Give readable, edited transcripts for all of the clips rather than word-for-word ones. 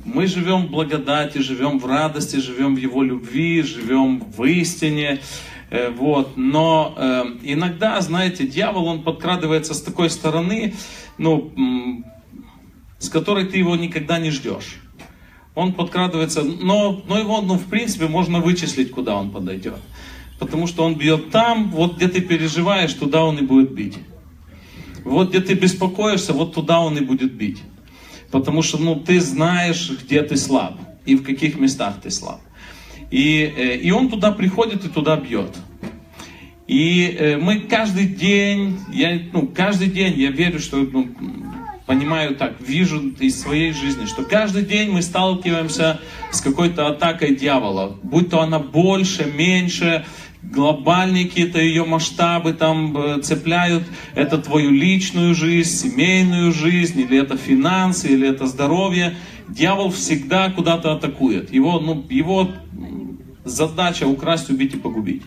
мы живем в благодати, живем в радости, живем в Его любви, живем в истине. Вот. Но иногда, знаете, дьявол, он подкрадывается с такой стороны, ну, с которой ты его никогда не ждешь. Он подкрадывается, но его, ну, в принципе, можно вычислить, куда он подойдет. Потому что он бьет там, вот где ты переживаешь, туда он и будет бить. Вот где ты беспокоишься, вот туда он и будет бить. Потому что, ну, ты знаешь, где ты слаб и в каких местах ты слаб. И он туда приходит и туда бьет. И мы каждый день, я верю, что, ну, понимаю так, вижу из своей жизни, что каждый день мы сталкиваемся с какой-то атакой дьявола. Будь то она больше, меньше, глобальные какие-то ее масштабы там цепляют. Это твою личную жизнь, семейную жизнь, или это финансы, или это здоровье. Дьявол всегда куда-то атакует. Его задача украсть, убить и погубить.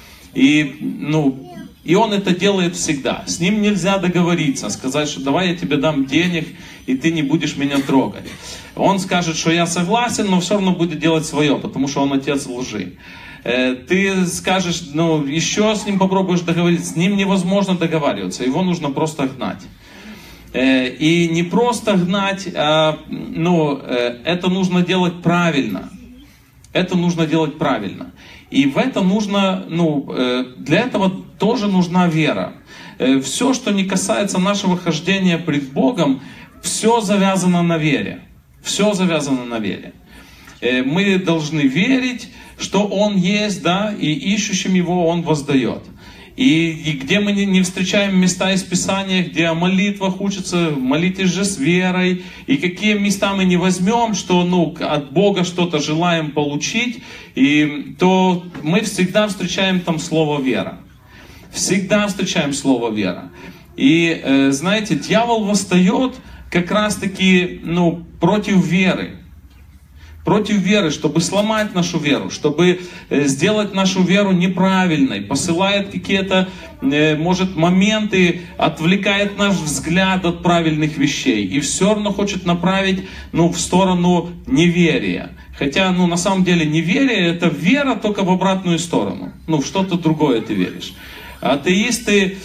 И он это делает всегда. С ним нельзя договориться, сказать, что давай я тебе дам денег, и ты не будешь меня трогать. Он скажет, что я согласен, но все равно будет делать свое, потому что он отец лжи. Ты скажешь, ну, еще с ним попробуешь договориться, с ним невозможно договариваться, его нужно просто гнать. И не просто гнать, а, это нужно делать правильно. Это нужно делать правильно. И в это нужно, для этого тоже нужна вера. Все, что не касается нашего хождения пред Богом, все завязано на вере. Все завязано на вере. Мы должны верить, что Он есть, да, и ищущим Его Он воздает. И где мы не встречаем места из Писания, где о молитвах учатся, молитесь же с верой, и какие места мы не возьмем, что от Бога что-то желаем получить, то мы всегда встречаем там слово «вера». Всегда встречаем слово «вера». И знаете, дьявол восстает как раз-таки против веры. Против веры, чтобы сломать нашу веру, чтобы сделать нашу веру неправильной, посылает какие-то, может, моменты, отвлекает наш взгляд от правильных вещей и все равно хочет направить, в сторону неверия. Хотя, на самом деле, неверие — это вера только в обратную сторону. В что-то другое ты веришь. Атеисты,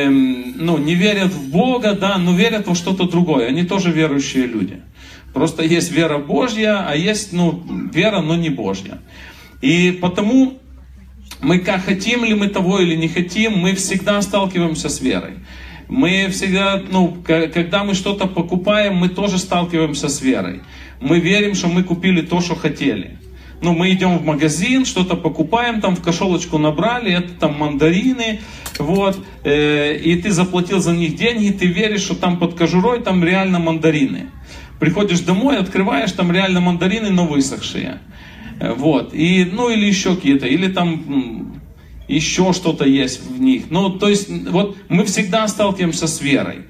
не верят в Бога, да, но верят во что-то другое. Они тоже верующие люди. Просто есть вера Божья, а есть, вера, но не Божья. И потому мы, как хотим ли мы того или не хотим, мы всегда сталкиваемся с верой. Мы всегда, когда мы что-то покупаем, мы тоже сталкиваемся с верой. Мы верим, что мы купили то, что хотели. Мы идем в магазин, что-то покупаем, там в кошелочку набрали, это там мандарины, вот, и ты заплатил за них деньги, ты веришь, что там под кожурой там реально мандарины. Приходишь домой, открываешь, там реально мандарины, но высохшие. Вот. Или еще какие-то, или там еще что-то есть в них. То есть, вот мы всегда сталкиваемся с верой.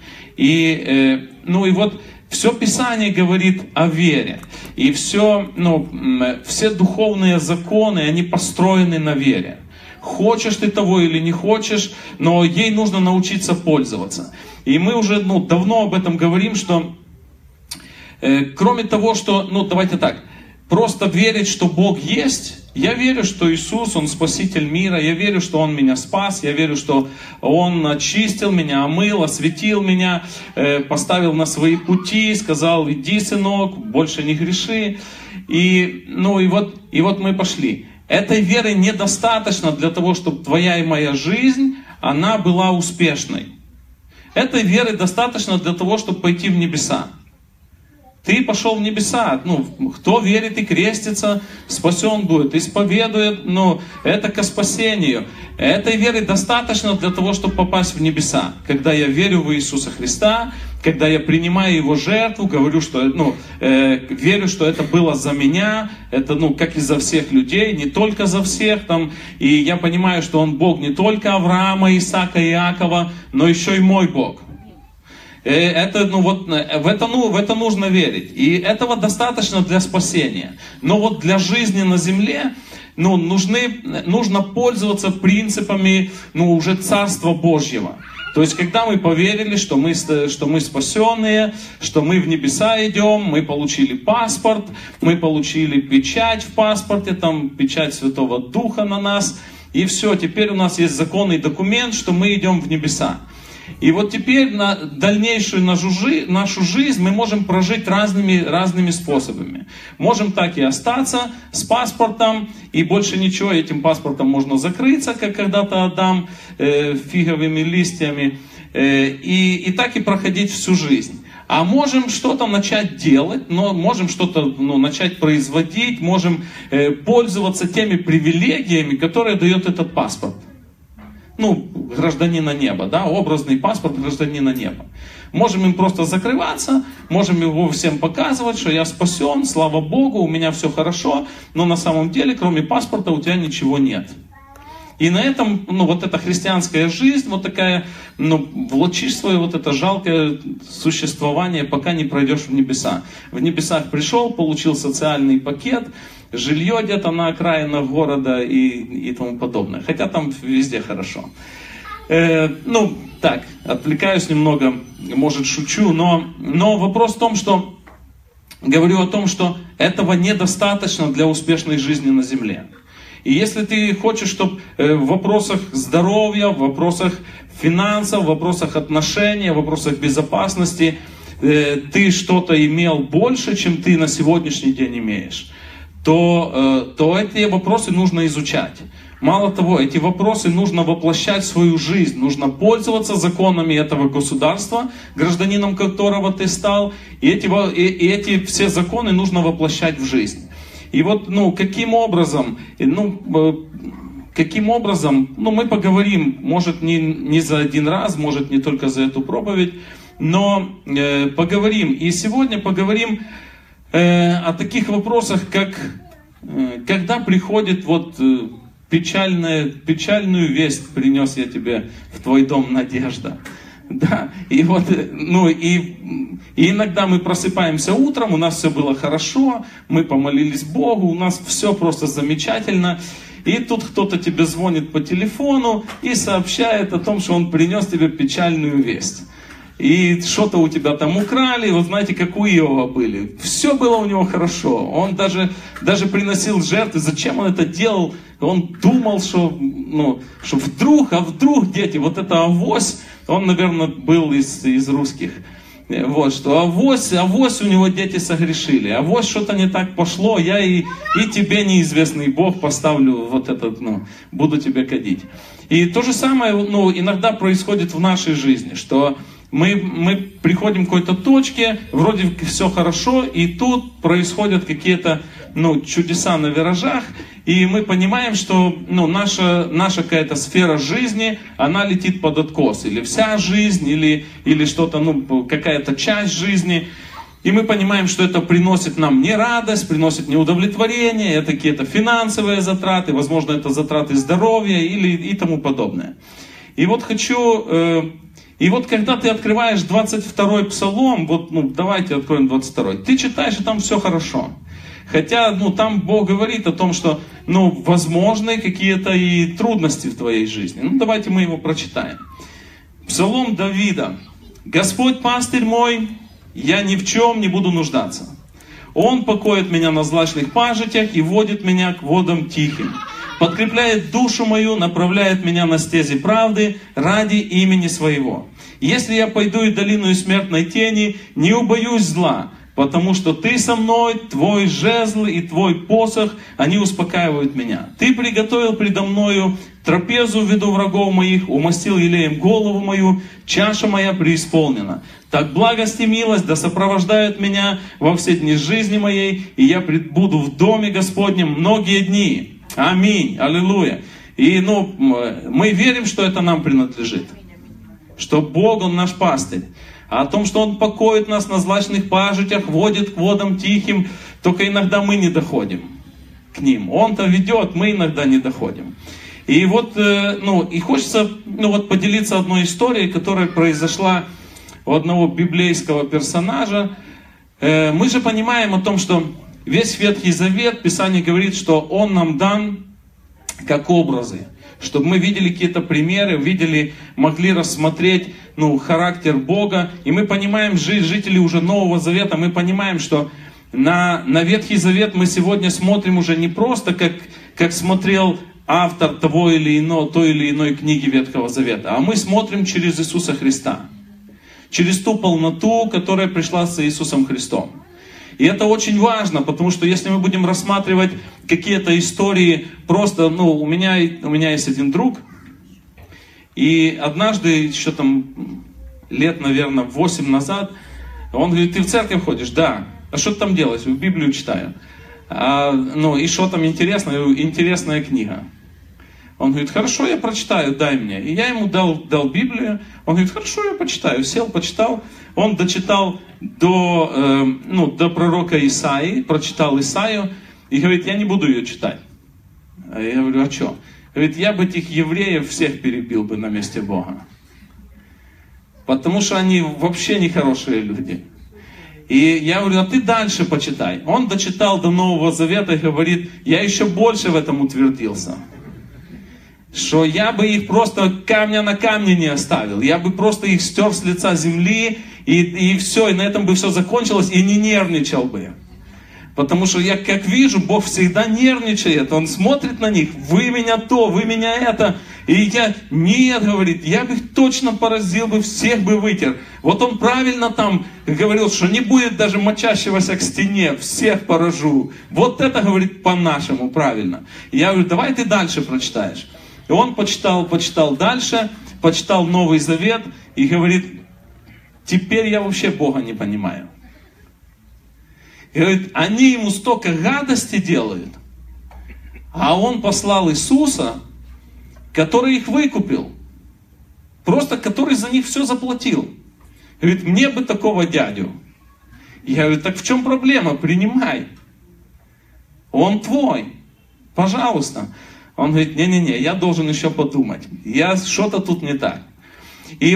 И вот все Писание говорит о вере. И все духовные законы, они построены на вере. Хочешь ты того или не хочешь, но ей нужно научиться пользоваться. И мы уже давно об этом говорим, что кроме того, что, давайте так, просто верить, что Бог есть. Я верю, что Иисус, Он Спаситель мира. Я верю, что Он меня спас. Я верю, что Он очистил меня, омыл, осветил меня, поставил на свои пути, сказал: иди, сынок, больше не греши. И вот мы пошли. Этой веры недостаточно для того, чтобы твоя и моя жизнь, она была успешной. Этой веры достаточно для того, чтобы пойти в небеса. Ты пошел в небеса. Кто верит и крестится, спасен будет. Исповедует, это ко спасению. Этой веры достаточно для того, чтобы попасть в небеса. Когда я верю в Иисуса Христа, когда я принимаю Его жертву, говорю, что, верю, что это было за меня, это, как и за всех людей, не только за всех, и я понимаю, что Он Бог не только Авраама, Исаака и Иакова, но еще и мой Бог. Это, в это нужно верить. И этого достаточно для спасения. Но вот для жизни на земле, нужно пользоваться принципами, уже Царства Божьего. То есть, когда мы поверили, что мы спасенные, что мы в небеса идем, мы получили паспорт, мы получили печать в паспорте, там печать Святого Духа на нас, и все, теперь у нас есть законный документ, что мы идем в небеса. И вот теперь на дальнейшую нашу жизнь мы можем прожить разными способами. Можем так и остаться с паспортом, и больше ничего, этим паспортом можно закрыться, как когда-то Адам, фиговыми листьями, и так и проходить всю жизнь. А можем что-то начать делать, но можем что-то начать производить, можем пользоваться теми привилегиями, которые дает этот паспорт. Гражданина неба, да, образный паспорт гражданина неба. Можем им просто закрываться, можем его всем показывать, что я спасен, слава Богу, у меня все хорошо, но на самом деле, кроме паспорта, у тебя ничего нет. И на этом, вот эта христианская жизнь, вот такая, влачишь свое вот это жалкое существование, пока не пройдешь в небеса. В небесах пришел, получил социальный пакет, жилье где-то на окраинах города и тому подобное. Хотя там везде хорошо. Так, отвлекаюсь немного, может шучу, но вопрос в том, что говорю о том, что этого недостаточно для успешной жизни на земле. И если ты хочешь, чтобы в вопросах здоровья, в вопросах финансов, в вопросах отношений, в вопросах безопасности ты что-то имел больше, чем ты на сегодняшний день имеешь, то эти вопросы нужно изучать. Мало того, эти вопросы нужно воплощать в свою жизнь, нужно пользоваться законами этого государства, гражданином которого ты стал, и эти все законы нужно воплощать в жизнь. И вот, каким образом, мы поговорим, может не за один раз, может не только за эту проповедь, но поговорим. И сегодня поговорим о таких вопросах, как когда приходит печальную весть принес я тебе в твой дом, надежда. Да, и иногда мы просыпаемся утром, у нас все было хорошо, мы помолились Богу, у нас все просто замечательно. И тут кто-то тебе звонит по телефону и сообщает о том, что он принес тебе печальную весть. И что-то у тебя там украли, вы знаете, как у Иова были. Все было у него хорошо. Он даже приносил жертвы. Зачем он это делал? Он думал, что вдруг, дети, вот это авось, он, наверное, был из русских. Вот, что авось у него дети согрешили. Авось что-то не так пошло, я и тебе, неизвестный Бог, поставлю буду тебе кадить. И то же самое, иногда происходит в нашей жизни, что мы приходим к какой-то точке, вроде все хорошо, и тут происходят какие-то чудеса на виражах, и мы понимаем, что наша какая-то сфера жизни, она летит под откос. Или вся жизнь, или что-то, какая-то часть жизни. И мы понимаем, что это приносит нам не радость, приносит не удовлетворение, это какие-то финансовые затраты, возможно, это затраты здоровья и тому подобное. И вот когда ты открываешь 22-й псалом, давайте откроем 22-й, ты читаешь, и там все хорошо. Хотя, там Бог говорит о том, что, возможны какие-то и трудности в твоей жизни. Давайте мы его прочитаем. Псалом Давида. «Господь пастырь мой, я ни в чем не буду нуждаться. Он покоит меня на злачных пажитях и водит меня к водам тихим. Подкрепляет душу мою, направляет меня на стези правды ради имени своего. Если я пойду и долину смертной тени, не убоюсь зла, потому что ты со мной, твой жезл и твой посох, они успокаивают меня. Ты приготовил предо мною трапезу в виду врагов моих, умастил елеем голову мою, чаша моя преисполнена. Так благость и милость да сопровождают меня во все дни жизни моей, и я буду в доме Господнем многие дни». Аминь, аллилуйя. И мы верим, что это нам принадлежит. Что Бог, Он наш пастырь. А о том, что Он покоит нас на злачных пажитях, водит к водам тихим, только иногда мы не доходим к ним. Он-то ведет, мы иногда не доходим. И и хочется поделиться одной историей, которая произошла у одного библейского персонажа. Мы же понимаем о том, что весь Ветхий Завет, Писание говорит, что он нам дан как образы. чтобы мы видели какие-то примеры, могли рассмотреть, характер Бога. И мы понимаем, жители уже Нового Завета, мы понимаем, что на Ветхий Завет мы сегодня смотрим уже не просто, как смотрел автор той или иной книги Ветхого Завета, а мы смотрим через Иисуса Христа. Через ту полноту, которая пришла с Иисусом Христом. И это очень важно, потому что если мы будем рассматривать какие-то истории, просто, у меня есть один друг, и однажды, еще там лет, наверное, 8 назад, он говорит: ты в церковь ходишь? Да. А что ты там делаешь? Библию читаю. И что там интересно? Интересная книга. Он говорит: хорошо, я прочитаю, дай мне. И я ему дал Библию. Он говорит: хорошо, я почитаю. Сел, почитал. Он дочитал до пророка Исаии, прочитал Исаию. И говорит: я не буду ее читать. А я говорю: а что? Говорит: я бы этих евреев всех перебил бы на месте Бога. Потому что они вообще нехорошие люди. И я говорю: а ты дальше почитай. Он дочитал до Нового Завета и говорит: я еще больше в этом утвердился. Что я бы их просто камня на камне не оставил. Я бы просто их стер с лица земли, и все, и на этом бы все закончилось, и не нервничал бы. Потому что я как вижу, Бог всегда нервничает. Он смотрит на них: вы меня то, вы меня это. И нет, говорит, я бы их точно поразил бы, всех бы вытер. Вот он правильно там говорил, что не будет даже мочащегося к стене, всех поражу. Вот это, говорит, по-нашему правильно. Я говорю: давай ты дальше прочитаешь. И он почитал дальше, почитал Новый Завет и говорит: теперь я вообще Бога не понимаю. И говорит: они ему столько гадости делают, а он послал Иисуса, который их выкупил. Просто который за них все заплатил. Говорит: мне бы такого дядю. Я говорю: так в чем проблема? Принимай. Он твой. Пожалуйста. Он говорит: не-не-не, я должен еще подумать. Что-то тут не так. И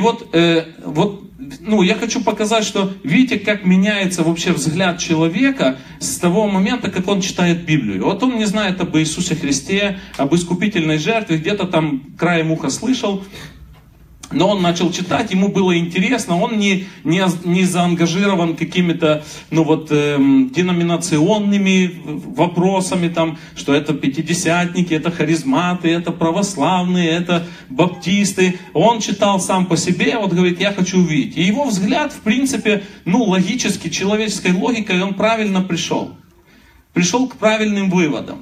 я хочу показать, что видите, как меняется вообще взгляд человека с того момента, как он читает Библию. Вот он не знает об Иисусе Христе, об искупительной жертве, где-то там краем уха слышал. Но он начал читать, ему было интересно, он не заангажирован какими-то деноминационными вопросами, что это пятидесятники, это харизматы, это православные, это баптисты. Он читал сам по себе, говорит: я хочу увидеть. И его взгляд, в принципе, логически, человеческой логикой, он правильно пришел. Пришел к правильным выводам.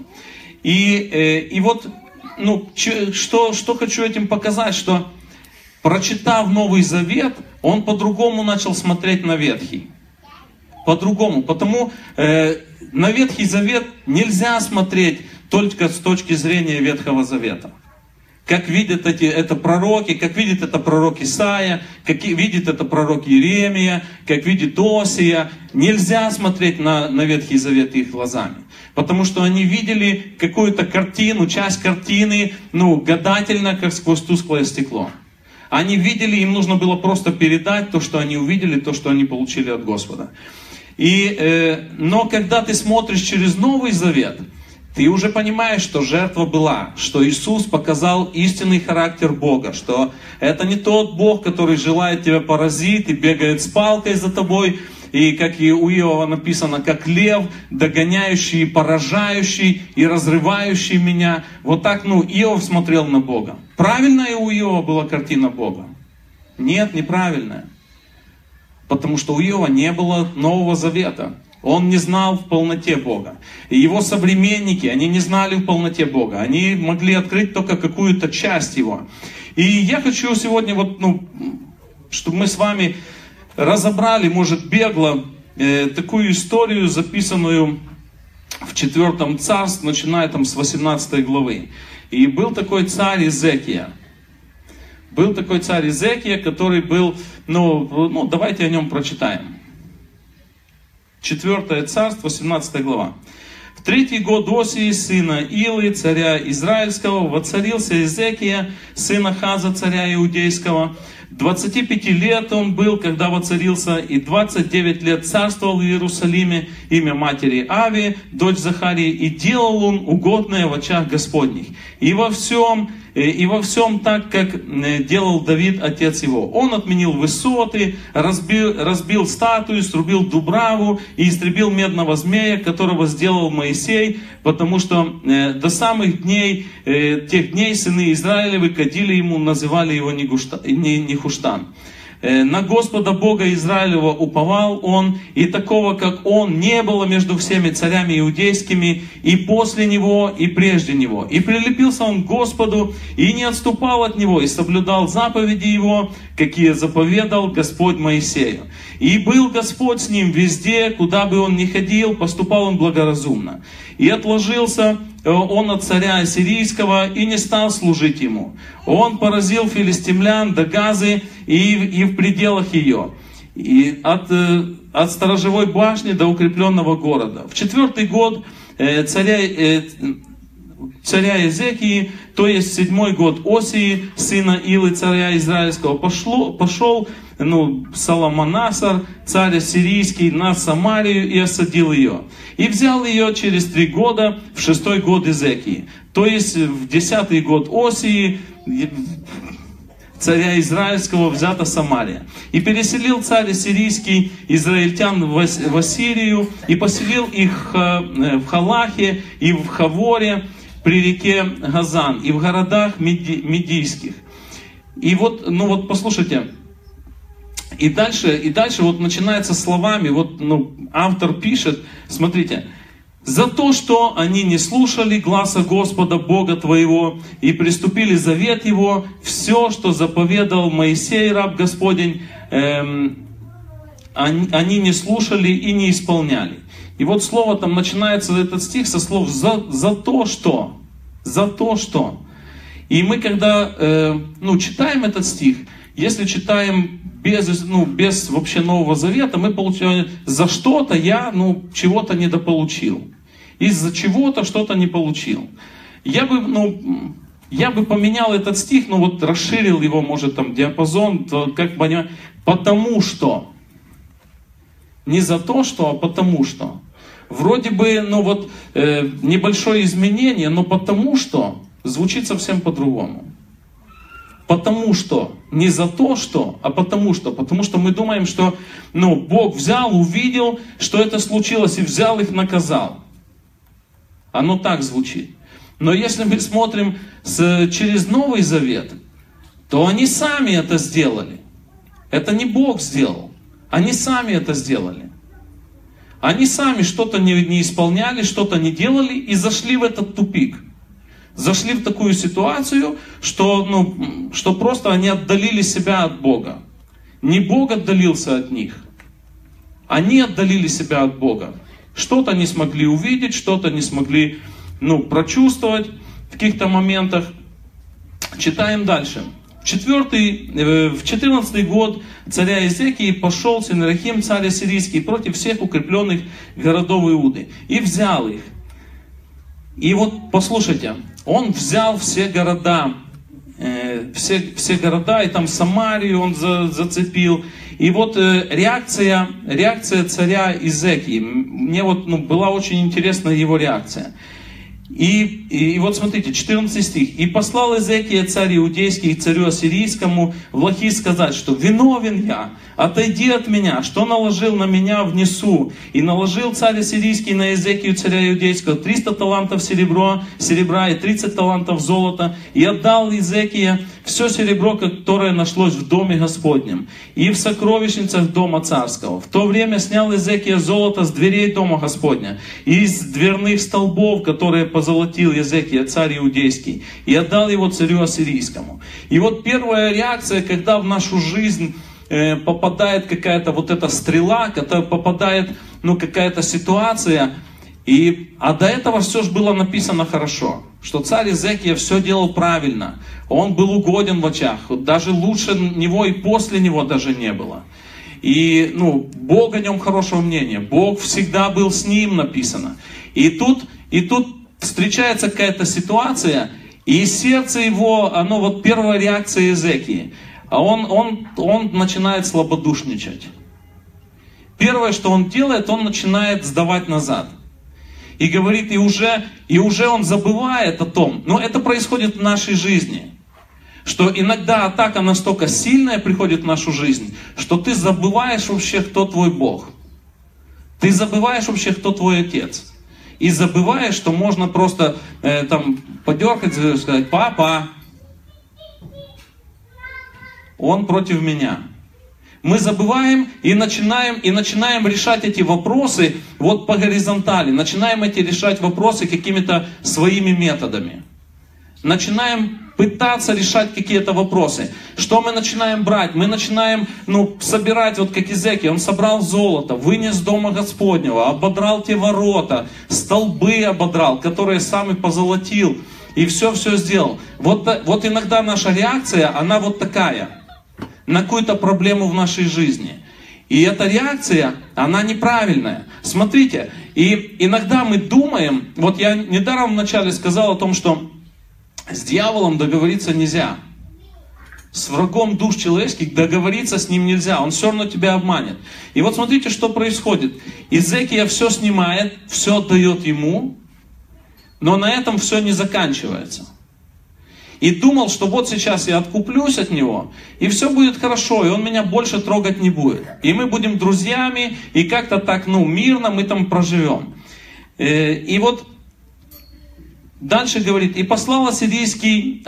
Что хочу этим показать, что прочитав Новый Завет, он по-другому начал смотреть на Ветхий. По-другому. Потому на Ветхий Завет нельзя смотреть только с точки зрения Ветхого Завета. Как видят это пророки, как видит это пророк Исаия, как видит это пророк Иеремия, как видит Осия. Нельзя смотреть на Ветхий Завет их глазами. Потому что они видели какую-то картину, часть картины, гадательно, как сквозь тусклое стекло. Они видели, им нужно было просто передать то, что они увидели, то, что они получили от Господа. Но когда ты смотришь через Новый Завет, ты уже понимаешь, что жертва была, что Иисус показал истинный характер Бога, что это не тот Бог, который желает тебя поразить и бегает с палкой за тобой, и как и у Иова написано, как лев, догоняющий, поражающий и разрывающий меня. Вот так, Иов смотрел на Бога. Правильная у Иова была картина Бога? Нет, неправильная. Потому что у Иова не было Нового Завета. Он не знал в полноте Бога. И его современники, они не знали в полноте Бога. Они могли открыть только какую-то часть Его. И я хочу сегодня, чтобы мы с вами разобрали, может, бегло, такую историю, записанную в 4 царстве, начиная с 18 главы. И был такой царь Изекия. Который был, давайте о нем прочитаем. 4 царство, 18 глава. В 3-й год Осии, сына Илы, царя Израильского, воцарился Изекия, сын Ахаза, царя Иудейского, 25 лет он был, когда воцарился, и 29 лет царствовал в Иерусалиме, имя матери Ави, дочь Захарии, и делал он угодное в очах Господних. И во всем так, как делал Давид, отец его. Он отменил высоты, разбил статую, срубил дубраву и истребил медного змея, которого сделал Моисей, потому что до самых дней, тех дней сыны Израилевы кадили ему, называли его Нехуштан. На Господа Бога Израилева уповал он, и такого, как он, не было между всеми царями иудейскими, и после него, и прежде него. И прилепился он к Господу, и не отступал от него, и соблюдал заповеди его, какие заповедал Господь Моисею. И был Господь с ним везде, куда бы он ни ходил, поступал он благоразумно. И отложился он от царя ассирийского и не стал служить ему. Он поразил филистимлян до Газы и в пределах ее, и от сторожевой башни до укрепленного города. В 4-й год царя Иезекии, то есть 7-й год Осии, сына Илы, царя израильского, пошел Салманасар, царь ассирийский, на Самарию и осадил ее. И взял ее через 3 года, в 6-й год Иезекии, то есть в 10-й год Осии, царя израильского, взята Самария. И переселил царь ассирийский израильтян в Ассирию, и поселил их в Халахе и в Хаворе при реке Газан, и в городах медийских. И вот, послушайте, и дальше вот начинается словами, автор пишет, смотрите, «За то, что они не слушали гласа Господа Бога твоего и приступили завет Его, все, что заповедал Моисей, раб Господень, они не слушали и не исполняли». И вот слово там начинается, этот стих, со слов «за то, что». «За то, что». И мы когда читаем этот стих, если читаем без вообще Нового Завета, мы получаем, за что-то я чего-то недополучил. Из-за чего-то что-то не получил. Я бы поменял этот стих, расширил его, может, диапазон, потому что. Не за то, что, а потому что. Вроде бы, небольшое изменение, но потому что звучит совсем по-другому. Потому что. Не за то, что, а потому что. Потому что мы думаем, что Бог взял, увидел, что это случилось, и взял их, наказал. Оно так звучит. Но если мы смотрим через Новый Завет, то они сами это сделали. Это не Бог сделал. Они сами это сделали. Они сами что-то не исполняли, что-то не делали и зашли в этот тупик. Зашли в такую ситуацию, что просто они отдалили себя от Бога. Не Бог отдалился от них. Они отдалили себя от Бога. Что-то не смогли увидеть, что-то не смогли прочувствовать в каких-то моментах. Читаем дальше. В 14-й год царя Иезекии пошел Сеннахериб, царь ассирийский, против всех укрепленных городов Иуды. И взял их. И вот послушайте, он взял все города, и там Самарию он зацепил. И вот реакция царя Иезекии. Мне была очень интересна его реакция. И вот смотрите, 14 стих. «И послал Иезекия царь иудейский царю ассирийскому в Лахис сказать, что виновен я, отойди от меня, что наложил на меня внесу. И наложил царь ассирийский на Иезекию царя иудейского 300 талантов серебра и 30 талантов золота. И отдал Иезекия все серебро, которое нашлось в доме Господнем, и в сокровищницах дома царского. В то время снял Иезекия золото с дверей дома Господня, и из дверных столбов, которые позолотил Иезекия, царь иудейский, и отдал его царю ассирийскому». И вот первая реакция, когда в нашу жизнь попадает какая-то вот эта стрела, когда попадает какая-то ситуация, а до этого все же было написано хорошо, что царь Иезекия все делал правильно, он был угоден в очах, даже лучше него и после него даже не было. И Бог о нем хорошего мнения, Бог всегда был с ним, написано. И тут встречается какая-то ситуация, и сердце его, первая реакция Иезекии. а он начинает слабодушничать. Первое, что он делает, он начинает сдавать назад. И говорит, и уже он забывает о том, но это происходит в нашей жизни, что иногда атака настолько сильная приходит в нашу жизнь, что ты забываешь вообще, кто твой Бог. Ты забываешь вообще, кто твой Отец. И забываешь, что можно просто подергать и сказать: папа, он против меня. Мы забываем и начинаем решать эти вопросы вот по горизонтали. Начинаем решать вопросы какими-то своими методами. Начинаем пытаться решать какие-то вопросы. Что мы начинаем брать? Мы начинаем собирать, вот как Изекия. Он собрал золото, вынес дома Господнего, ободрал те ворота, столбы ободрал, которые сам и позолотил. И все сделал. Вот иногда наша реакция, она вот такая. На какую-то проблему в нашей жизни. И эта реакция, она неправильная. Смотрите, и иногда мы думаем, вот я недаром вначале сказал о том, что с дьяволом договориться нельзя. С врагом душ человеческих договориться с ним нельзя. Он все равно тебя обманет. И вот смотрите, что происходит. Изекия все снимает, все отдает ему, но на этом все не заканчивается. И думал, что вот сейчас я откуплюсь от него, и все будет хорошо, и он меня больше трогать не будет. И мы будем друзьями, и как-то так, мирно мы там проживем. И вот дальше говорит: и послал ассирийский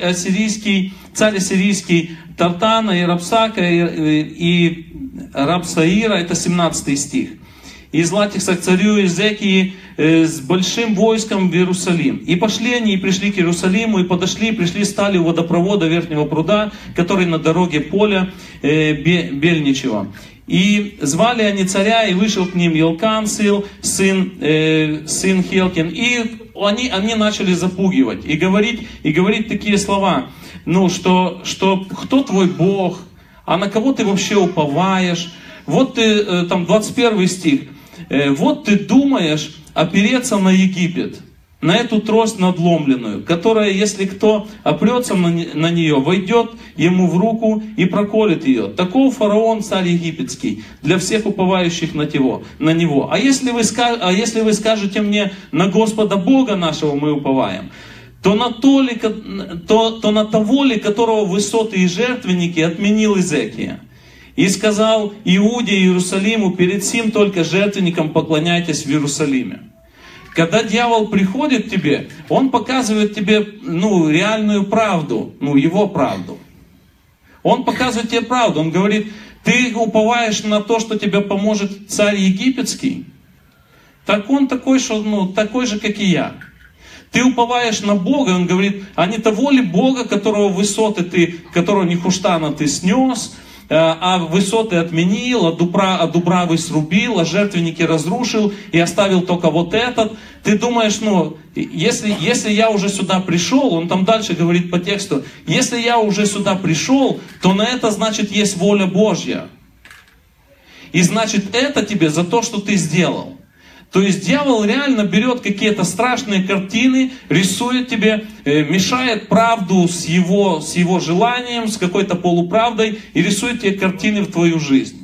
царь ассирийский Тартана и Рабсака и Рабсаира, это 17 стих. И излатихся к царю Изекии с большим войском в Иерусалим. И пошли они, и пришли к Иерусалиму, и пришли, стали у водопровода верхнего пруда, который на дороге поля Бельничего. И звали они царя, и вышел к ним Елкан, сын Хелкин. И они начали запугивать, и говорить такие слова, что кто твой Бог, а на кого ты вообще уповаешь? Вот ты, 21 стих. Вот ты думаешь опереться на Египет, на эту трость надломленную, которая, если кто опрется на нее, войдет ему в руку и проколет ее. Таков фараон, царь египетский, для всех уповающих на него. А если вы скажете мне: на Господа Бога нашего мы уповаем, то на того ли, которого высоты и жертвенники отменил Изекия. И сказал Иуде и Иерусалиму: перед сим только жертвенникам поклоняйтесь в Иерусалиме. Когда дьявол приходит к тебе, он показывает тебе реальную правду, его правду. Он показывает тебе правду. Он говорит: ты уповаешь на то, что тебе поможет царь египетский? Так он такой же, как и я. Ты уповаешь на Бога, он говорит: а не того ли Бога, которого высоты которого Нехуштана ты снес, а высоты отменил, а дубравы срубил, а жертвенники разрушил и оставил только вот этот. Ты думаешь, если я уже сюда пришел, он там дальше говорит по тексту: если я уже сюда пришел, то на это значит есть воля Божья. И значит это тебе за то, что ты сделал. То есть дьявол реально берет какие-то страшные картины, рисует тебе, мешает правду с его желанием, с какой-то полуправдой, и рисует тебе картины в твою жизнь.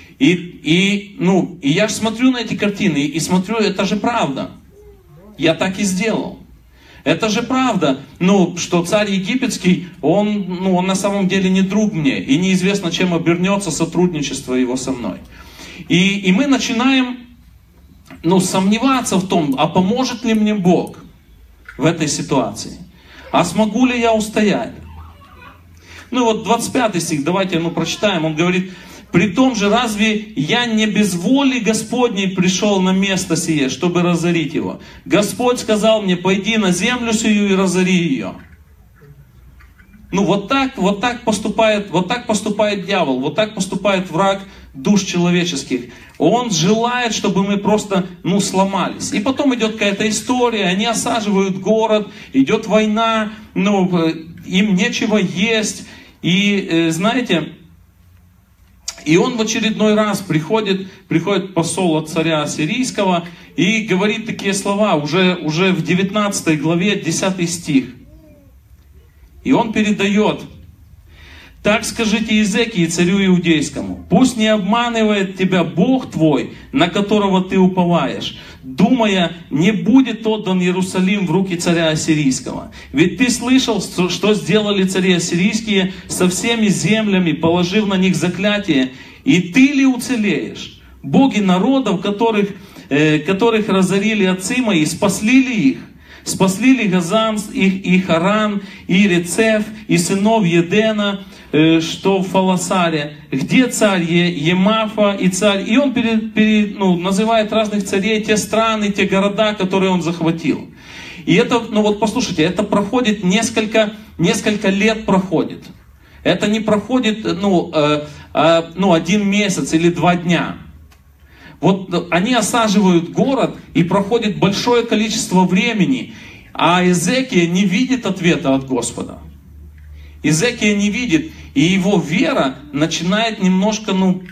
И я смотрю на эти картины и смотрю, это же правда. Я так и сделал. Это же правда, что царь египетский, он на самом деле не друг мне, и неизвестно, чем обернется сотрудничество его со мной. И мы начинаем сомневаться в том, а поможет ли мне Бог в этой ситуации? А смогу ли я устоять? 25 стих, давайте прочитаем. Он говорит: «При том же, разве я не без воли Господней пришел на место сие, чтобы разорить его? Господь сказал мне: пойди на землю сию и разори ее». Вот так поступает дьявол, вот так поступает враг душ человеческих. Он желает, чтобы мы просто, сломались. И потом идет какая-то история, они осаживают город, идет война, им нечего есть. И, знаете, и он в очередной раз приходит посол от царя ассирийского и говорит такие слова, уже в 19 главе, 10 стих. И он передает: Так скажите Иезекии, царю иудейскому: пусть не обманывает тебя Бог твой, на которого ты уповаешь, думая, не будет отдан Иерусалим в руки царя ассирийского. Ведь ты слышал, что сделали цари ассирийские со всеми землями, положив на них заклятие, и ты ли уцелеешь? Боги народов, которых разорили отцы мои, спасли ли их? Спасли ли Газан, и Харан, и Рецеф, и сынов Едена, что в Фаласаре? Где царь Емафа и царь? И он называет разных царей, те страны, те города, которые он захватил. И это, послушайте, это проходит несколько лет проходит. Это не проходит, 1 месяц или 2 дня. Вот они осаживают город, и проходит большое количество времени, а Иезекия не видит ответа от Господа. Иезекия не видит, и его вера начинает немножко,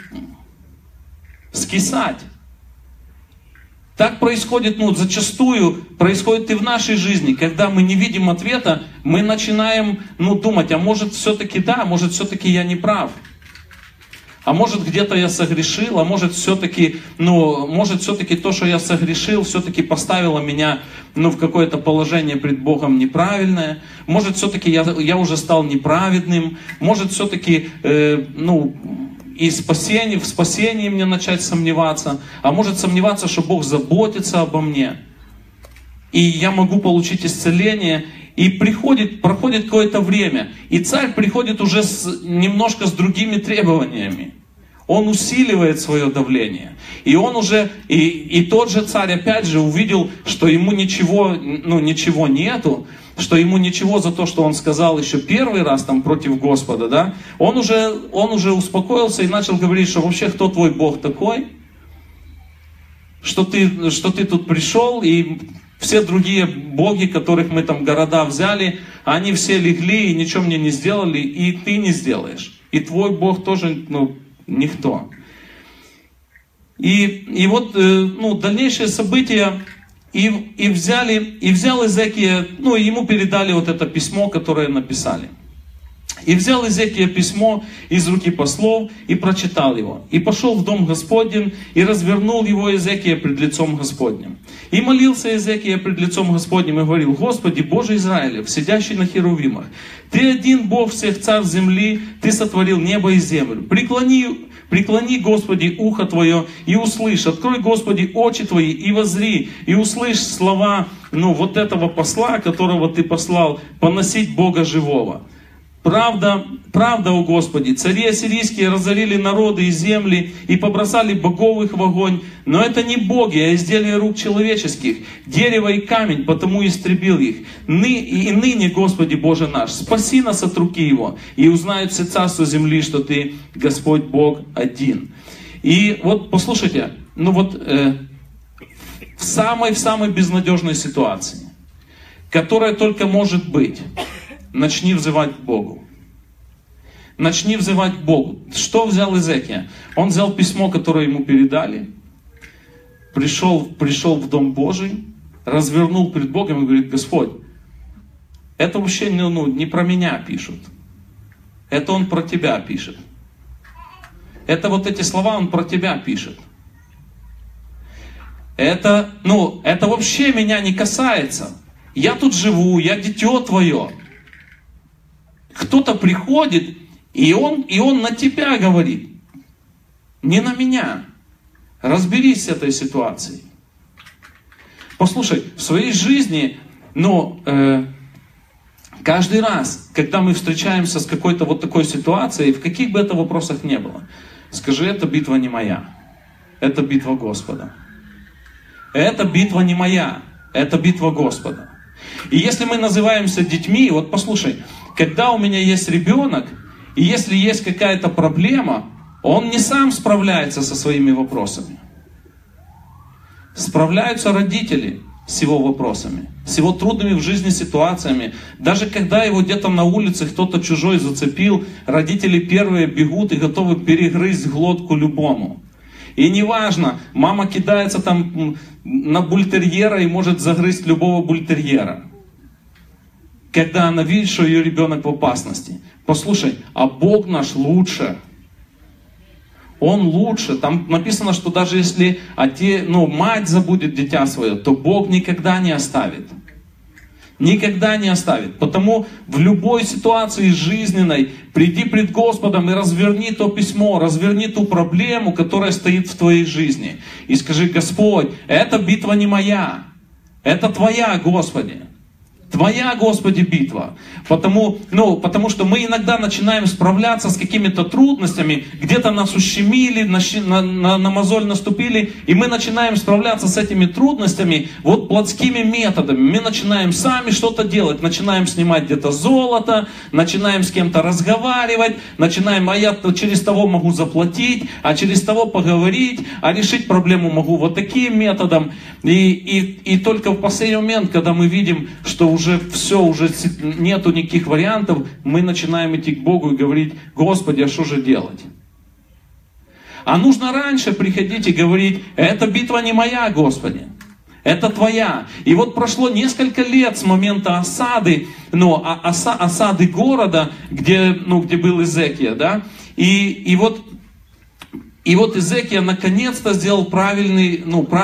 скисать. Так происходит, зачастую происходит и в нашей жизни. Когда мы не видим ответа, мы начинаем, думать, а может все-таки да, может все-таки я не прав. А может где-то я согрешил, а может все-таки то, что я согрешил, все-таки поставило меня в какое-то положение пред Богом неправильное. Может все-таки я уже стал неправедным. Может все-таки в спасении мне начать сомневаться. А может сомневаться, что Бог заботится обо мне. И я могу получить исцеление. И проходит какое-то время, и царь приходит уже немножко с другими требованиями. Он усиливает свое давление. И он уже, и тот же царь опять же увидел, что ему ничего нету, что ему ничего за то, что он сказал еще первый раз там против Господа, да, он уже успокоился и начал говорить, что вообще кто твой Бог такой, что ты тут пришел, и все другие боги, которых мы там города взяли, они все легли и ничего мне не сделали, и ты не сделаешь. И твой Бог тоже, никто. И вот, дальнейшие события, и взял Иезекия, ему передали вот это письмо, которое написали. И взял Иезекия письмо из руки послов и прочитал его. И пошел в дом Господень, и развернул его Иезекия пред лицом Господним. И молился Иезекия пред лицом Господним и говорил: Господи, Боже Израилев, сидящий на херувимах, Ты один Бог всех царств земли, Ты сотворил небо и землю. Преклони, Господи, ухо Твое и услышь. Открой, Господи, очи Твои и воззри, и услышь слова вот этого посла, которого Ты послал поносить Бога живого. Правда, о Господи, цари ассирийские разорили народы и земли и побросали богов их в огонь, но это не боги, а изделия рук человеческих, дерево и камень, потому истребил их. И ныне, Господи Боже наш, спаси нас от руки его, и узнают все царства земли, что Ты, Господь Бог, один. И вот послушайте, в самой безнадежной ситуации, которая только может быть, начни взывать к Богу. Начни взывать к Богу. Что взял Иезекия? Он взял письмо, которое ему передали, пришел в Дом Божий, развернул перед Богом и говорит: Господь, это вообще не про меня пишут. Это он про Тебя пишет. Это вот эти слова он про Тебя пишет. Это вообще меня не касается. Я тут живу, я дитё Твое. Кто-то приходит, и он на тебя говорит, не на меня. Разберись с этой ситуацией. Послушай, в своей жизни, каждый раз, когда мы встречаемся с какой-то вот такой ситуацией, в каких бы это вопросах ни было, скажи: это битва не моя, это битва Господа. Это битва не моя, это битва Господа. И если мы называемся детьми, вот послушай, когда у меня есть ребенок, и если есть какая-то проблема, он не сам справляется со своими вопросами. Справляются родители с его вопросами, с его трудными в жизни ситуациями. Даже когда его где-то на улице кто-то чужой зацепил, родители первые бегут и готовы перегрызть глотку любому. И неважно, мама кидается там на бультерьера и может загрызть любого бультерьера. когда она видит, что ее ребенок в опасности. Послушай, а Бог наш лучше. Он лучше. Там написано, что даже если мать забудет дитя свое, то Бог никогда не оставит. Никогда не оставит. Потому в любой ситуации жизненной приди пред Господом и разверни то письмо, разверни ту проблему, которая стоит в твоей жизни. И скажи: Господь, эта битва не моя, это Твоя, Господи. Твоя, Господи, битва. Потому что мы иногда начинаем справляться с какими-то трудностями, где-то нас ущемили, на мозоль наступили, и мы начинаем справляться с этими трудностями вот плотскими методами. Мы начинаем сами что-то делать, начинаем снимать где-то золото, начинаем с кем-то разговаривать, а я через того могу заплатить, а через того поговорить, а решить проблему могу вот таким методом. И только в последний момент, когда мы видим, что уже нету никаких вариантов, мы начинаем идти к Богу и говорить: Господи, а что же делать? А нужно раньше приходить и говорить: эта битва не моя, Господи, это Твоя. И вот прошло несколько лет с момента осады, осады города, где был Иезекия, да, и вот Иезекия наконец-то сделал правильное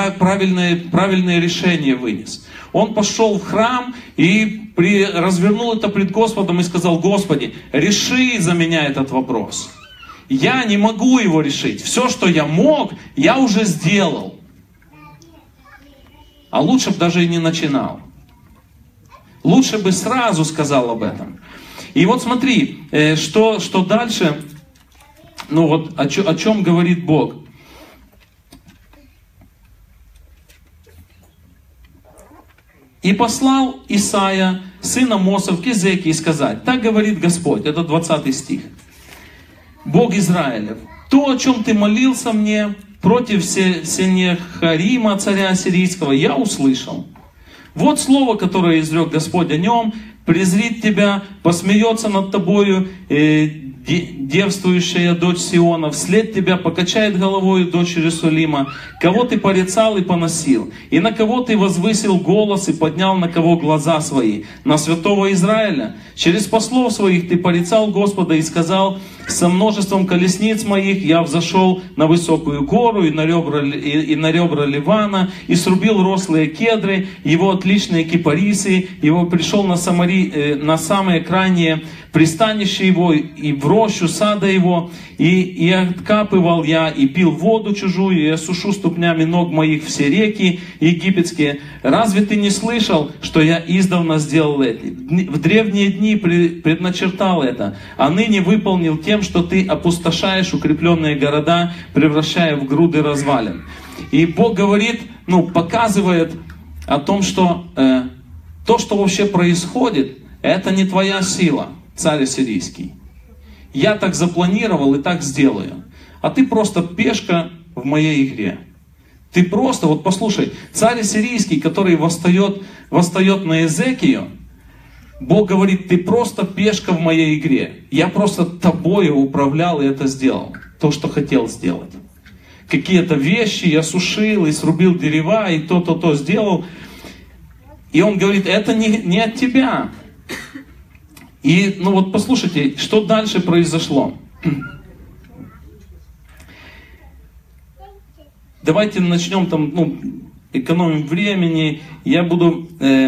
решение вынес. Он пошел в храм и развернул это пред Господом и сказал: Господи, реши за меня этот вопрос. Я не могу его решить. Все, что я мог, я уже сделал. А лучше бы даже и не начинал. Лучше бы сразу сказал об этом. И вот смотри, что дальше, о чем говорит Бог. И послал Исаия, сын Амосов, к Иезекии сказать: так говорит Господь, это 20 стих. Бог Израилев, то, о чем ты молился мне против Сеннахерима, царя ассирийского, я услышал. Вот слово, которое изрек Господь о нем: презрит тебя, посмеется над тобою девствующая дочь Сиона, вслед тебя покачает головою дочь Иерусалима, кого ты порицал и поносил, и на кого ты возвысил голос и поднял на кого глаза свои, на святого Израиля. Через послов своих ты порицал Господа и сказал: со множеством колесниц моих я взошел на высокую гору и на ребра Ливана, и срубил рослые кедры, его отличные кипарисы, его пришел на самые крайние пристанище его, и в рощу сада его, и откапывал я, и пил воду чужую, и осушу ступнями ног моих все реки египетские. Разве ты не слышал, что я издавна сделал это? В древние дни предначертал это, а ныне выполнил тем, что ты опустошаешь укрепленные города, превращая в груды развалин. И Бог говорит, показывает о том, что то, что вообще происходит, это не твоя сила, царь ассирийский. Я так запланировал и так сделаю. А ты просто пешка в моей игре. Ты просто, послушай, царь ассирийский, который восстает на Иезекию, Бог говорит: ты просто пешка в моей игре. Я просто тобою управлял и это сделал. То, что хотел сделать. Какие-то вещи я сушил и срубил дерева, и то сделал. И он говорит: это не от тебя. И, послушайте, что дальше произошло. Давайте начнем экономим времени. Я буду...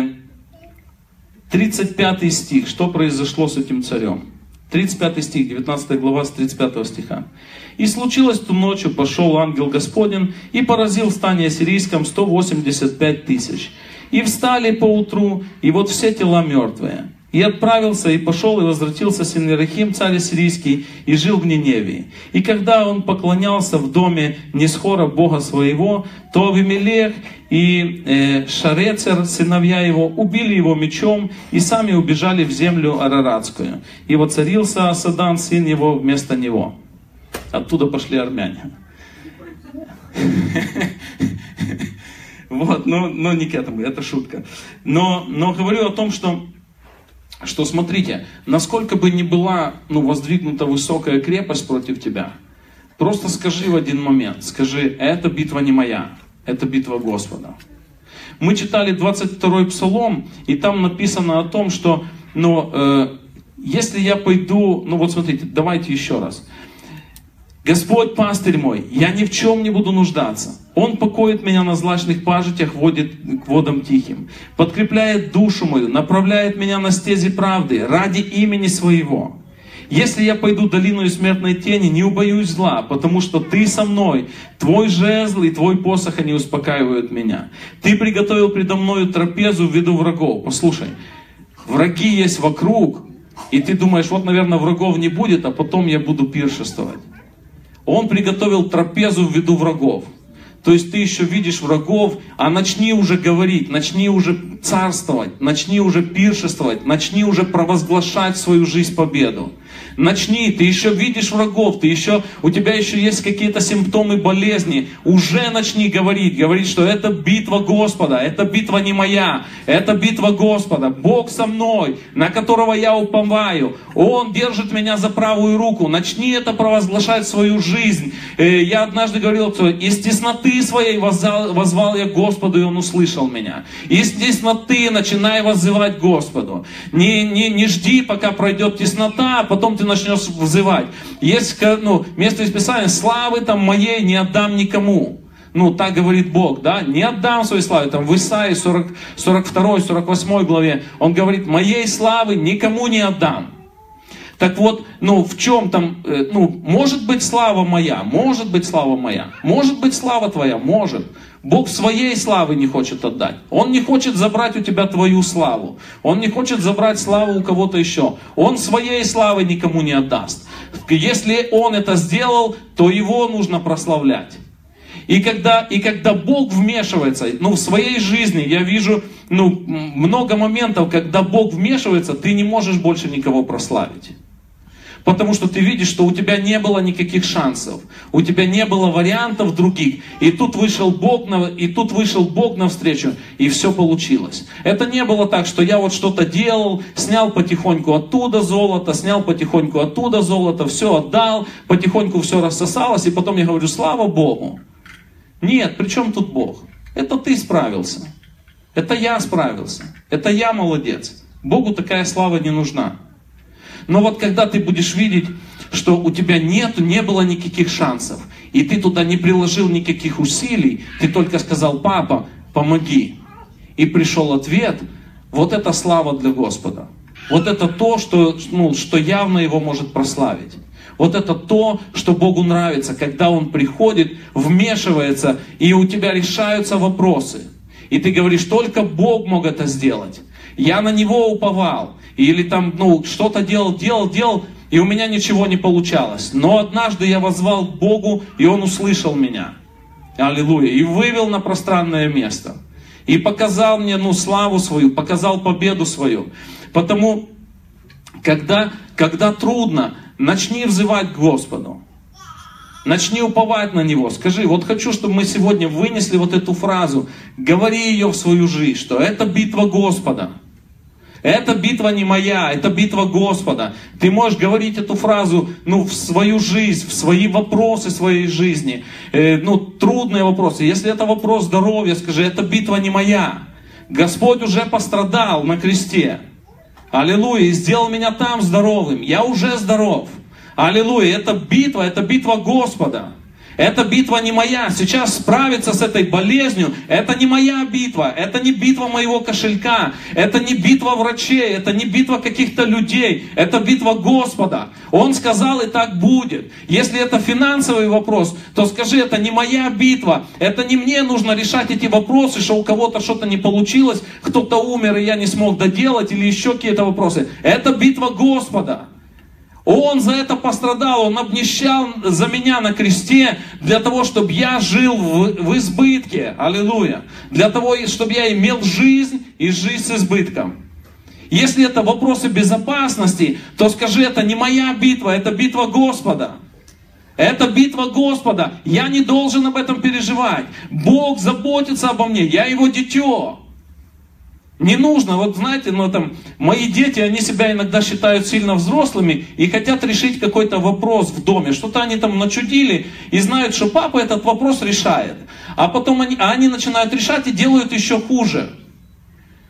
35 стих. Что произошло с этим царем? 35 стих, 19 глава с 35 стиха. «И случилось ту ночью, пошел ангел Господень и поразил в стане ассирийском 185 тысяч. И встали поутру, и вот все тела мертвые. И отправился, и пошел, и возвратился Сеннахерим, царь ассирийский, и жил в Ниневии. И когда он поклонялся в доме Нисхора, бога своего, то Авимелех и Шарецер, сыновья его, убили его мечом, и сами убежали в землю Араратскую. И воцарился Асадан, сын его, вместо него». Оттуда пошли армяне. Но не к этому, это шутка. Но говорю о том, что смотрите, насколько бы ни была воздвигнута высокая крепость против тебя, просто скажи в один момент, скажи: эта битва не моя, это битва Господа. Мы читали 22-й псалом, и там написано о том, что но если я пойду, ну вот смотрите, давайте еще раз. Господь пастырь мой, я ни в чем не буду нуждаться. Он покоит меня на злачных пажитях, водит к водам тихим, подкрепляет душу мою, направляет меня на стези правды ради имени своего. Если я пойду долиною смертной тени, не убоюсь зла, потому что ты со мной, твой жезл и твой посох, они успокаивают меня. Ты приготовил предо мною трапезу в виду врагов. Послушай, враги есть вокруг, и ты думаешь, вот, наверное, врагов не будет, а потом я буду пиршествовать. Он приготовил трапезу в виду врагов. То есть ты еще видишь врагов, а начни уже говорить, начни уже царствовать, начни уже пиршествовать, начни уже провозглашать в свою жизнь победу. Начни, ты еще видишь врагов, у тебя еще есть какие-то симптомы болезни, уже начни говорить, что это битва Господа, это битва не моя, это битва Господа, Бог со мной, на которого я уповаю, Он держит меня за правую руку, начни это провозглашать в свою жизнь. Я однажды говорил, что из тесноты своей воззвал я к Господу, и Он услышал меня. Из тесноты начинай воззывать Господу. Не жди, пока пройдет теснота, а потом ты начнешь взывать. Есть место из Писания: славы там моей не отдам никому. Так говорит Бог, да? Не отдам своей славы. Там в Исаии 42, 48 главе он говорит: моей славы никому не отдам. Так вот, в чем там, может быть слава моя, может быть слава моя, может быть слава твоя, может. Бог своей славы не хочет отдать. Он не хочет забрать у тебя твою славу. Он не хочет забрать славу у кого-то еще. Он своей славы никому не отдаст. Если Он это сделал, то Его нужно прославлять. И когда Бог вмешивается, в своей жизни я вижу много моментов, когда Бог вмешивается, ты не можешь больше никого прославить. Потому что ты видишь, что у тебя не было никаких шансов, у тебя не было вариантов других. И тут вышел Бог навстречу, и все получилось. Это не было так, что я вот что-то делал, снял потихоньку оттуда золото, все отдал, потихоньку все рассосалось, и потом я говорю: слава Богу. Нет, при чем тут Бог? Это ты справился. Это я справился. Это я молодец. Богу такая слава не нужна. Но вот когда ты будешь видеть, что у тебя не было никаких шансов, и ты туда не приложил никаких усилий, ты только сказал: папа, помоги. И пришел ответ, вот это слава для Господа. Вот это то, что явно Его может прославить. Вот это то, что Богу нравится, когда Он приходит, вмешивается, и у тебя решаются вопросы. И ты говоришь: только Бог мог это сделать. Я на Него уповал. Или там, что-то делал, и у меня ничего не получалось. Но однажды я воззвал к Богу, и Он услышал меня. Аллилуйя. И вывел на пространное место. И показал мне, славу свою, показал победу свою. Потому, когда трудно, начни взывать к Господу. Начни уповать на Него. Скажи: вот хочу, чтобы мы сегодня вынесли вот эту фразу. Говори ее в свою жизнь, что это битва Господа. Это битва не моя, это битва Господа. Ты можешь говорить эту фразу, в свою жизнь, в свои вопросы своей жизни. Трудные вопросы. Если это вопрос здоровья, скажи: это битва не моя. Господь уже пострадал на кресте. Аллилуйя. И сделал меня там здоровым. Я уже здоров. Аллилуйя. Это битва Господа. Эта битва не моя. Сейчас справиться с этой болезнью, это не моя битва. Это не битва моего кошелька. Это не битва врачей. Это не битва каких-то людей. Это битва Господа. Он сказал, и так будет. Если это финансовый вопрос, то скажи: это не моя битва. Это не мне нужно решать эти вопросы, что у кого-то что-то не получилось, кто-то умер, и я не смог доделать, или еще какие-то вопросы. Это битва Господа. Он за это пострадал, Он обнищал за меня на кресте, для того, чтобы я жил в избытке. Аллилуйя. Для того, чтобы я имел жизнь и жизнь с избытком. Если это вопросы безопасности, то скажи: это не моя битва, это битва Господа. Это битва Господа. Я не должен об этом переживать. Бог заботится обо мне, я Его дитё. Не нужно, мои дети, они себя иногда считают сильно взрослыми и хотят решить какой-то вопрос в доме. Что-то они там начудили и знают, что папа этот вопрос решает. А потом они начинают решать и делают еще хуже.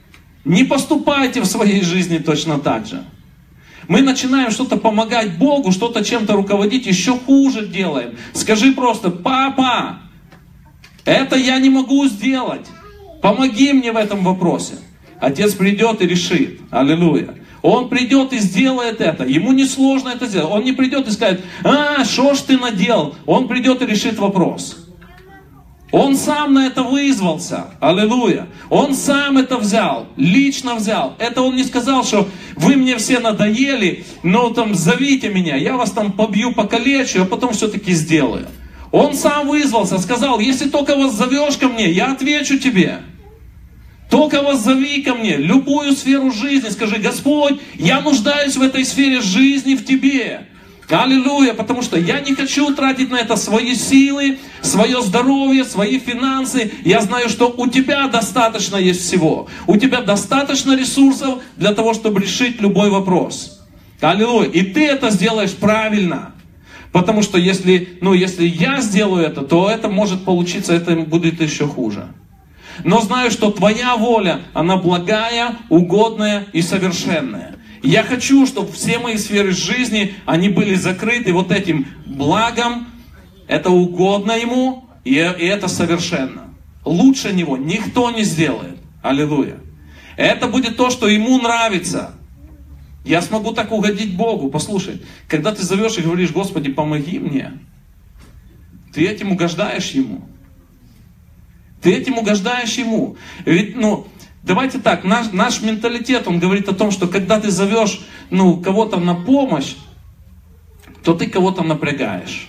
Не поступайте в своей жизни точно так же. Мы начинаем что-то помогать Богу, что-то чем-то руководить, еще хуже делаем. Скажи просто: папа, это я не могу сделать. Помоги мне в этом вопросе. Отец придет и решит. Аллилуйя. Он придет и сделает это. Ему не сложно это сделать. Он не придет и скажет: что ж ты наделал? Он придет и решит вопрос. Он сам на это вызвался. Аллилуйя. Он сам это взял. Лично взял. Это он не сказал, что вы мне все надоели, но там зовите меня, я вас там побью, покалечу, а потом все-таки сделаю. Он сам вызвался, сказал: если только вас зовешь ко мне, я отвечу тебе. Только вас зови ко мне, любую сферу жизни, скажи: Господь, я нуждаюсь в этой сфере жизни в Тебе. Аллилуйя, потому что я не хочу тратить на это свои силы, свое здоровье, свои финансы. Я знаю, что у Тебя достаточно есть всего. У Тебя достаточно ресурсов для того, чтобы решить любой вопрос. Аллилуйя. И Ты это сделаешь правильно. Потому что если я сделаю это, то это может получиться, это будет еще хуже. Но знаю, что Твоя воля, она благая, угодная и совершенная. Я хочу, чтобы все мои сферы жизни, они были закрыты вот этим благом. Это угодно Ему, и это совершенно. Лучше Него никто не сделает. Аллилуйя. Это будет то, что Ему нравится. Я смогу так угодить Богу. Послушай, когда ты зовешь и говоришь: Господи, помоги мне, ты этим угождаешь Ему. Ты этим угождаешь Ему. Ведь, давайте так, наш менталитет, он говорит о том, что когда ты зовешь, кого-то на помощь, то ты кого-то напрягаешь.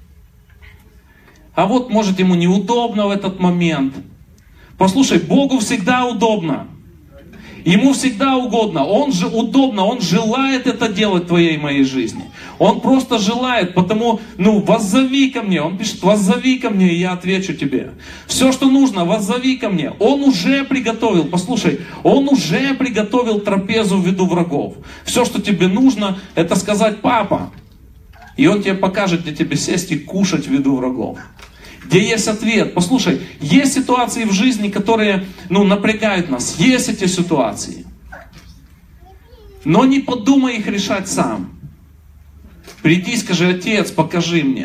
А вот, может, ему неудобно в этот момент. Послушай, Богу всегда удобно. Ему всегда угодно. Он же удобно, Он желает это делать в твоей и моей жизни. Он просто желает, потому, воззови ко мне. Он пишет: воззови ко мне, и я отвечу тебе. Все, что нужно, воззови ко мне. Он уже приготовил, послушай, Он уже приготовил трапезу в виду врагов. Все, что тебе нужно, это сказать: папа. И Он тебе покажет, где тебе сесть и кушать в виду врагов. Где есть ответ. Послушай, есть ситуации в жизни, которые, напрягают нас. Есть эти ситуации. Но не подумай их решать сам. Приди и скажи: Отец, покажи мне.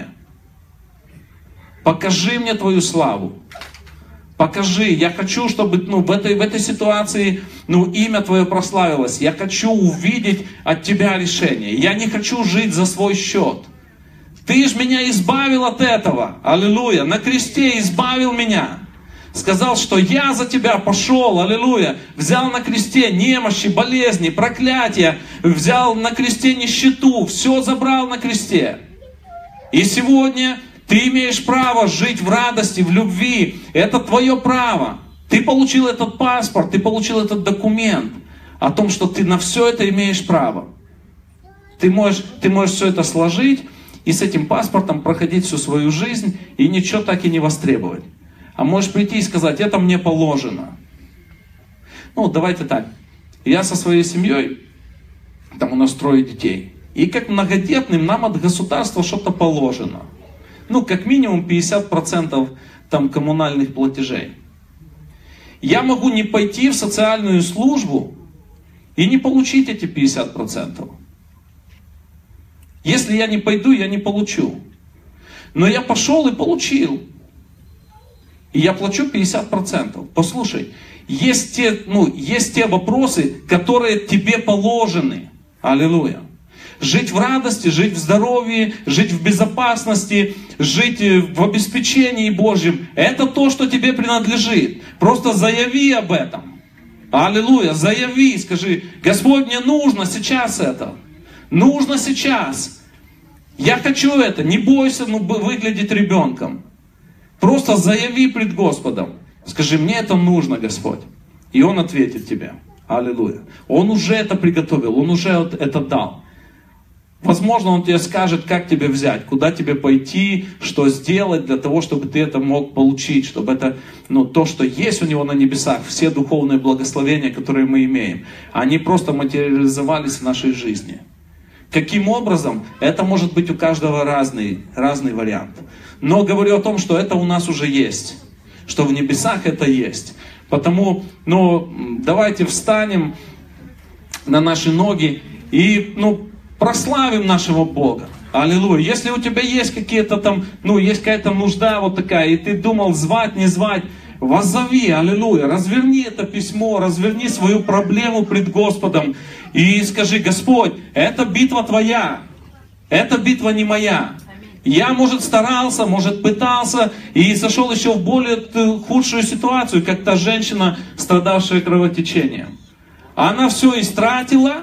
Покажи мне Твою славу. Покажи. Я хочу, чтобы в этой ситуации имя Твое прославилось. Я хочу увидеть от Тебя решение. Я не хочу жить за свой счет. Ты ж меня избавил от этого. Аллилуйя. На кресте избавил меня. Сказал, что я за тебя пошел. Аллилуйя. Взял на кресте немощи, болезни, проклятия. Взял на кресте нищету. Все забрал на кресте. И сегодня ты имеешь право жить в радости, в любви. Это твое право. Ты получил этот паспорт, ты получил этот документ о том, что ты на все это имеешь право. Ты можешь все это сложить и с этим паспортом проходить всю свою жизнь и ничего так и не востребовать. А можешь прийти и сказать: это мне положено. Давайте так. Я со своей семьей, там у нас 3 детей. И как многодетным нам от государства что-то положено. Как минимум 50% там коммунальных платежей. Я могу не пойти в социальную службу и не получить эти 50%. Если я не пойду, я не получу. Но я пошел и получил. И я плачу 50%. Послушай, есть те вопросы, которые тебе положены. Аллилуйя. Жить в радости, жить в здоровье, жить в безопасности, жить в обеспечении Божьем. Это то, что тебе принадлежит. Просто заяви об этом. Аллилуйя, заяви, скажи: Господь, мне нужно сейчас это. Нужно сейчас. Я хочу это. Не бойся выглядеть ребенком. Просто заяви пред Господом. Скажи: мне это нужно, Господь. И Он ответит тебе. Аллилуйя. Он уже это приготовил. Он уже это дал. Возможно, Он тебе скажет, как тебе взять, куда тебе пойти, что сделать для того, чтобы ты это мог получить, чтобы это, то, что есть у Него на небесах, все духовные благословения, которые мы имеем, они просто материализовались в нашей жизни. Каким образом? Это может быть у каждого разный вариант. Но говорю о том, что это у нас уже есть, что в небесах это есть. Потому, давайте встанем на наши ноги и, прославим нашего Бога. Аллилуйя. Если у тебя есть какие-то там, есть какая-то нужда вот такая, и ты думал звать, не звать, воззови, аллилуйя, разверни это письмо, разверни свою проблему пред Господом и скажи: Господь, это битва Твоя, это битва не моя. Я, может, старался, может, пытался и зашел еще в более худшую ситуацию, как та женщина, страдавшая кровотечением. Она все истратила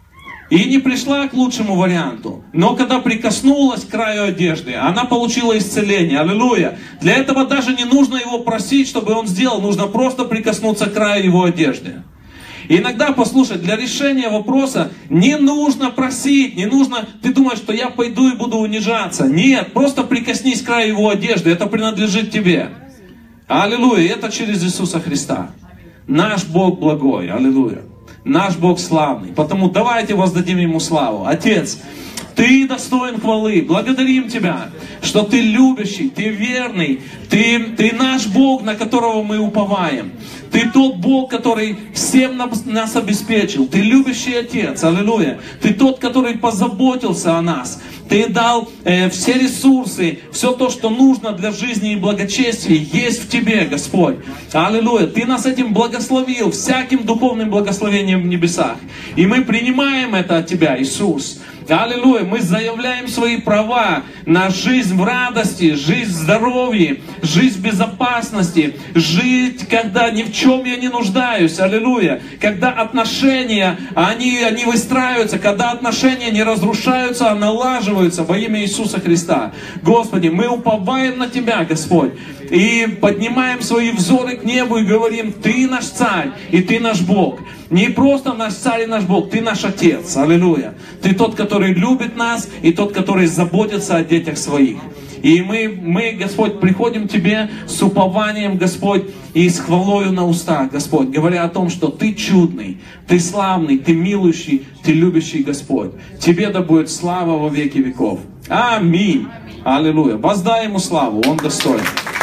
и не пришла к лучшему варианту. Но когда прикоснулась к краю одежды, она получила исцеление. Аллилуйя. Для этого даже не нужно его просить, чтобы он сделал. Нужно просто прикоснуться к краю его одежды. И иногда, послушай, для решения вопроса не нужно просить, не нужно, ты думаешь, что я пойду и буду унижаться. Нет, просто прикоснись к краю его одежды, это принадлежит тебе. Аллилуйя, это через Иисуса Христа. Наш Бог благой, аллилуйя. Наш Бог славный. Потому давайте воздадим Ему славу. Отец, Ты достоин хвалы. Благодарим Тебя, что Ты любящий, Ты верный. Ты наш Бог, на которого мы уповаем. Ты тот Бог, который всем нас обеспечил. Ты любящий Отец. Аллилуйя. Ты тот, который позаботился о нас. Ты дал все ресурсы, все то, что нужно для жизни и благочестия, есть в Тебе, Господь. Аллилуйя. Ты нас этим благословил, всяким духовным благословением в небесах. И мы принимаем это от Тебя, Иисус. Аллилуйя. Мы заявляем свои права на жизнь в радости, жизнь в здоровье, жизнь в безопасности, жить, когда ни в чем я не нуждаюсь. Аллилуйя. Когда отношения, они выстраиваются, когда отношения не разрушаются, а налаживаются во имя Иисуса Христа. Господи, мы уповаем на Тебя, Господь, и поднимаем свои взоры к небу и говорим: Ты наш Царь и Ты наш Бог. Не просто наш Царь и наш Бог, Ты наш Отец. Аллилуйя. Ты тот, который любит нас, и тот, который заботится о детях своих. И мы, Господь, приходим к Тебе с упованием, Господь, и с хвалою на устах, Господь, говоря о том, что Ты чудный, Ты славный, Ты милующий, Ты любящий, Господь. Тебе да будет слава во веки веков. Аминь. Аллилуйя. Воздай Ему славу, Он достоин.